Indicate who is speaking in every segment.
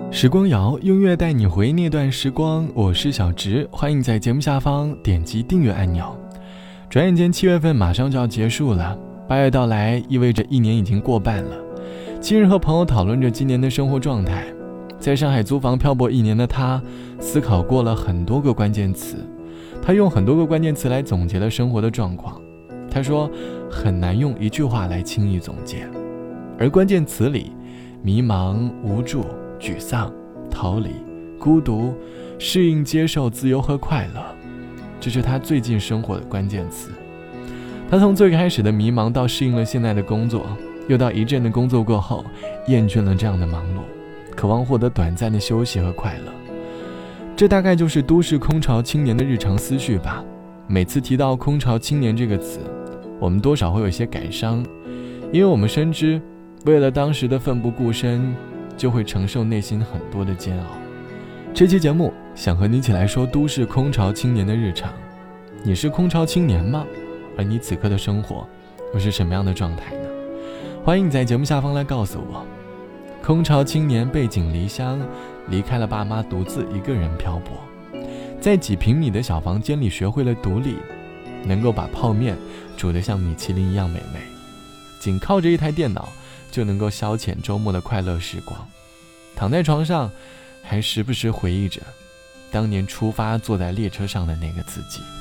Speaker 1: 时光谣，音乐带你回那段时光，我是小直，欢迎在节目下方点击订阅按钮。转眼间7月份马上就要结束了，8月到来意味着一年已经过半了。近日和朋友讨论着今年的生活状态，在上海租房漂泊1年的他，思考过了很多个关键词，他用很多个关键词来总结了生活的状况。他说很难用一句话来轻易总结，而关键词里迷茫、无助、沮丧、逃离、孤独、适应、接受、自由和快乐，这是他最近生活的关键词。他从最开始的迷茫到适应了现在的工作，又到一阵的工作过后厌倦了这样的忙碌，渴望获得短暂的休息和快乐。这大概就是都市空巢青年的日常思绪吧。每次提到空巢青年这个词，我们多少会有一些感伤，因为我们深知为了当时的奋不顾身，就会承受内心很多的煎熬。这期节目想和你一起来说都市空巢青年的日常。你是空巢青年吗？而你此刻的生活又是什么样的状态呢？欢迎你在节目下方来告诉我。空巢青年背井离乡，离开了爸妈，独自一个人漂泊，在几平米的小房间里学会了独立，能够把泡面煮得像米其林一样美味，仅靠着一台电脑就能够消遣周末的快乐时光。躺在床上还时不时回忆着当年出发坐在列车上的那个自己。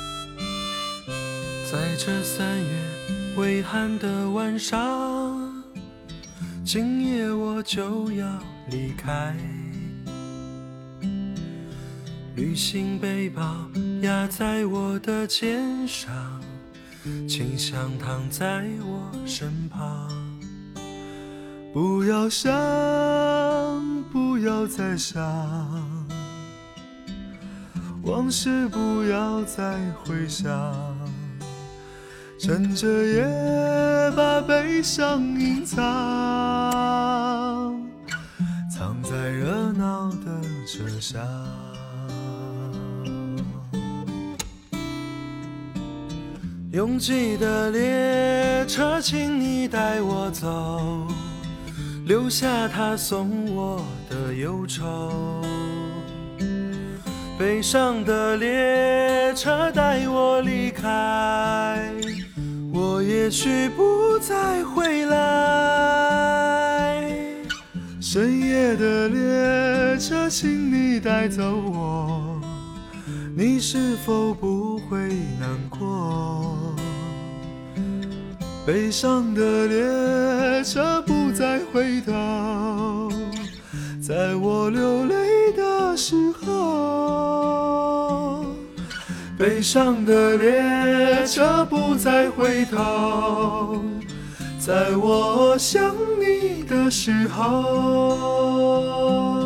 Speaker 2: 在这3月微寒的晚上，今夜我就要离开，旅行背包压在我的肩上，请想躺在我身旁。不要想，不要再想，往事不要再回想，趁着夜把悲伤隐藏，藏在热闹的车厢。拥挤的列车，请你带我走，留下他送我的忧愁。悲伤的列车带我离开，我也许不再回来。深夜的列车，请你带走我，你是否不会难过？悲伤的列车不再回头，在我流泪的时候。悲伤的列车不再回头，在我想你的时候。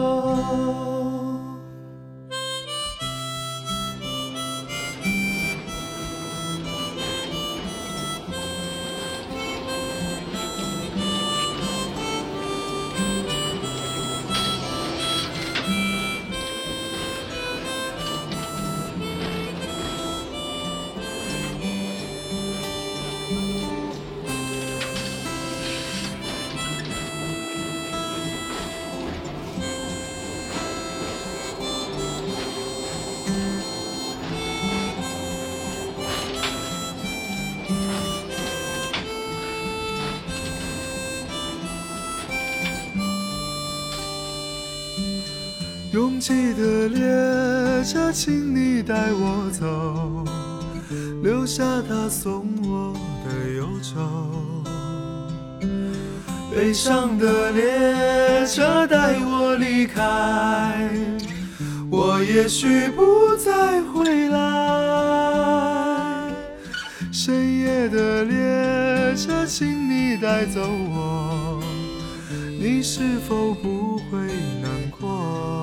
Speaker 2: 拥挤的列车，请你带我走，留下他送我的忧愁。悲伤的列车带我离开，我也许不再回来。深夜的列车，请你带走我，你是否不会难过？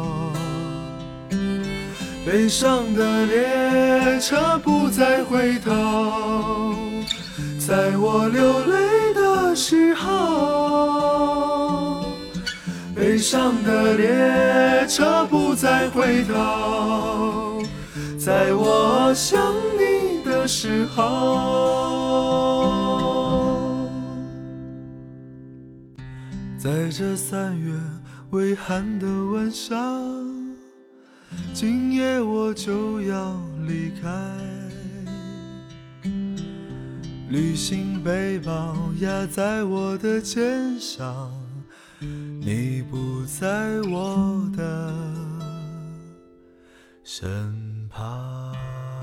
Speaker 2: 悲伤的列车不再回头，在我流泪的时候。悲伤的列车不再回头，在我想你的时候。在这3月微寒的晚上，今夜我就要离开。旅行背包压在我的肩上，你不在我的身旁。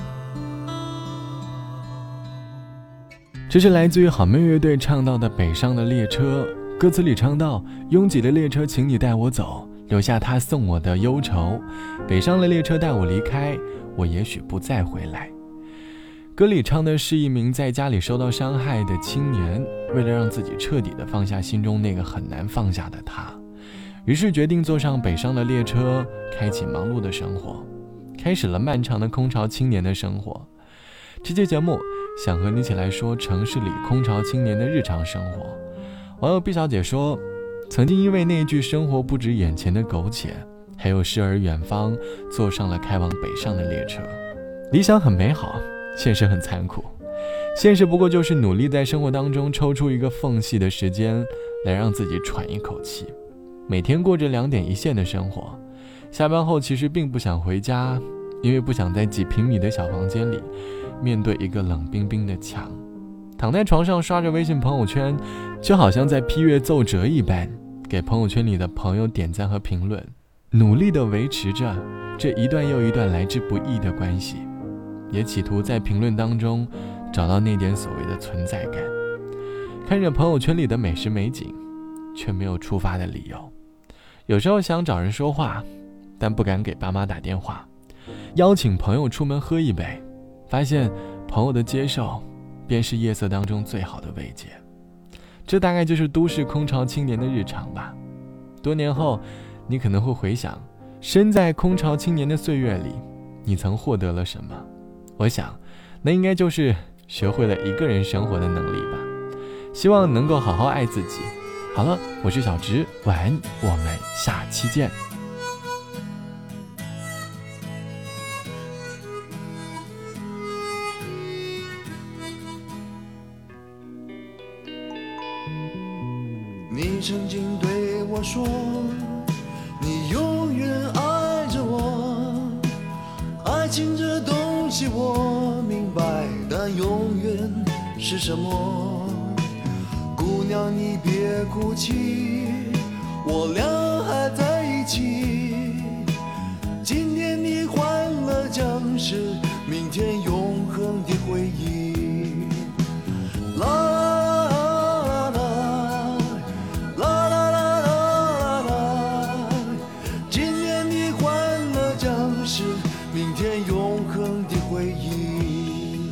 Speaker 1: 这是来自于好妹乐队唱到的《北上的列车》，歌词里唱到：拥挤的列车请你带我走，留下他送我的忧愁，北上的列车带我离开，我也许不再回来。歌里唱的是一名在家里受到伤害的青年，为了让自己彻底地放下心中那个很难放下的他，于是决定坐上北上的列车，开启忙碌的生活，开始了漫长的空巢青年的生活。这期节目想和你一起来说城市里空巢青年的日常生活。网友毕小姐说，曾经因为那句生活不止眼前的苟且，还有诗而远方，坐上了开往北上的列车。理想很美好，现实很残酷。现实不过就是努力在生活当中抽出一个缝隙的时间，来让自己喘一口气。每天过着2点一线的生活，下班后其实并不想回家，因为不想在几平米的小房间里面对一个冷冰冰的墙，躺在床上刷着微信朋友圈，就好像在批阅奏折一般，给朋友圈里的朋友点赞和评论，努力地维持着这一段又一段来之不易的关系，也企图在评论当中找到那点所谓的存在感。看着朋友圈里的美食美景，却没有出发的理由。有时候想找人说话，但不敢给爸妈打电话。邀请朋友出门喝一杯，发现朋友的接受便是夜色当中最好的慰藉。这大概就是都市空巢青年的日常吧。多年后，你可能会回想，身在空巢青年的岁月里，你曾获得了什么？我想，那应该就是学会了一个人生活的能力吧。希望能够好好爱自己。好了，我是小直，晚安，我们下期见。
Speaker 2: 你曾经对我说，你永远爱着我。爱情这东西我明白，但永远是什么？姑娘你别哭泣，我俩还在一起。今天你欢乐将是明天永恒的回忆。明天永恒的回忆，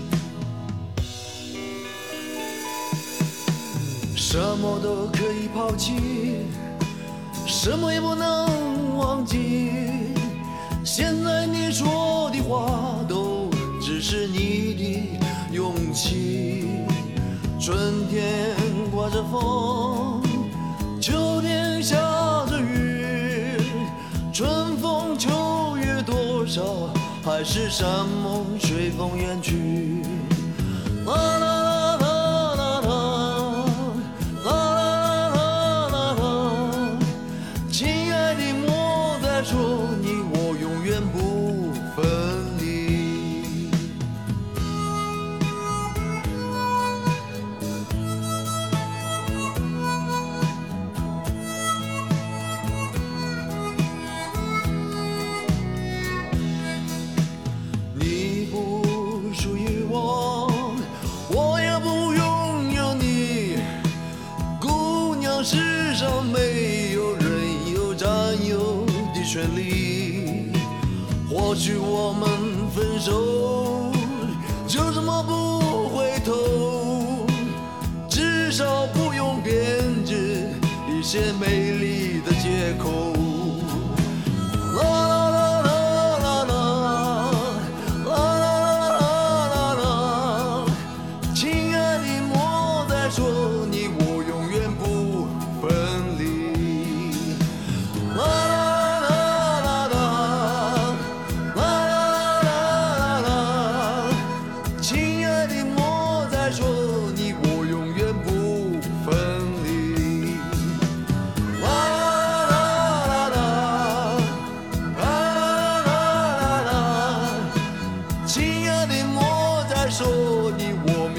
Speaker 2: 什么都可以抛弃，什么也不能忘记。现在你说的话都只是你的勇气。春天刮着风，秋天下着雨，春风秋月多少，还是山盟随风远去。啦啦啦啦啦啦啦啦啦啦，亲爱的莫再说你我永远不分离。你不属于我，我也不拥有你。姑娘，世上没有人有占有的权利。或许我们分手，就这么不回头，至少不用编织一些美丽的借口。说你我永远不分离。 你我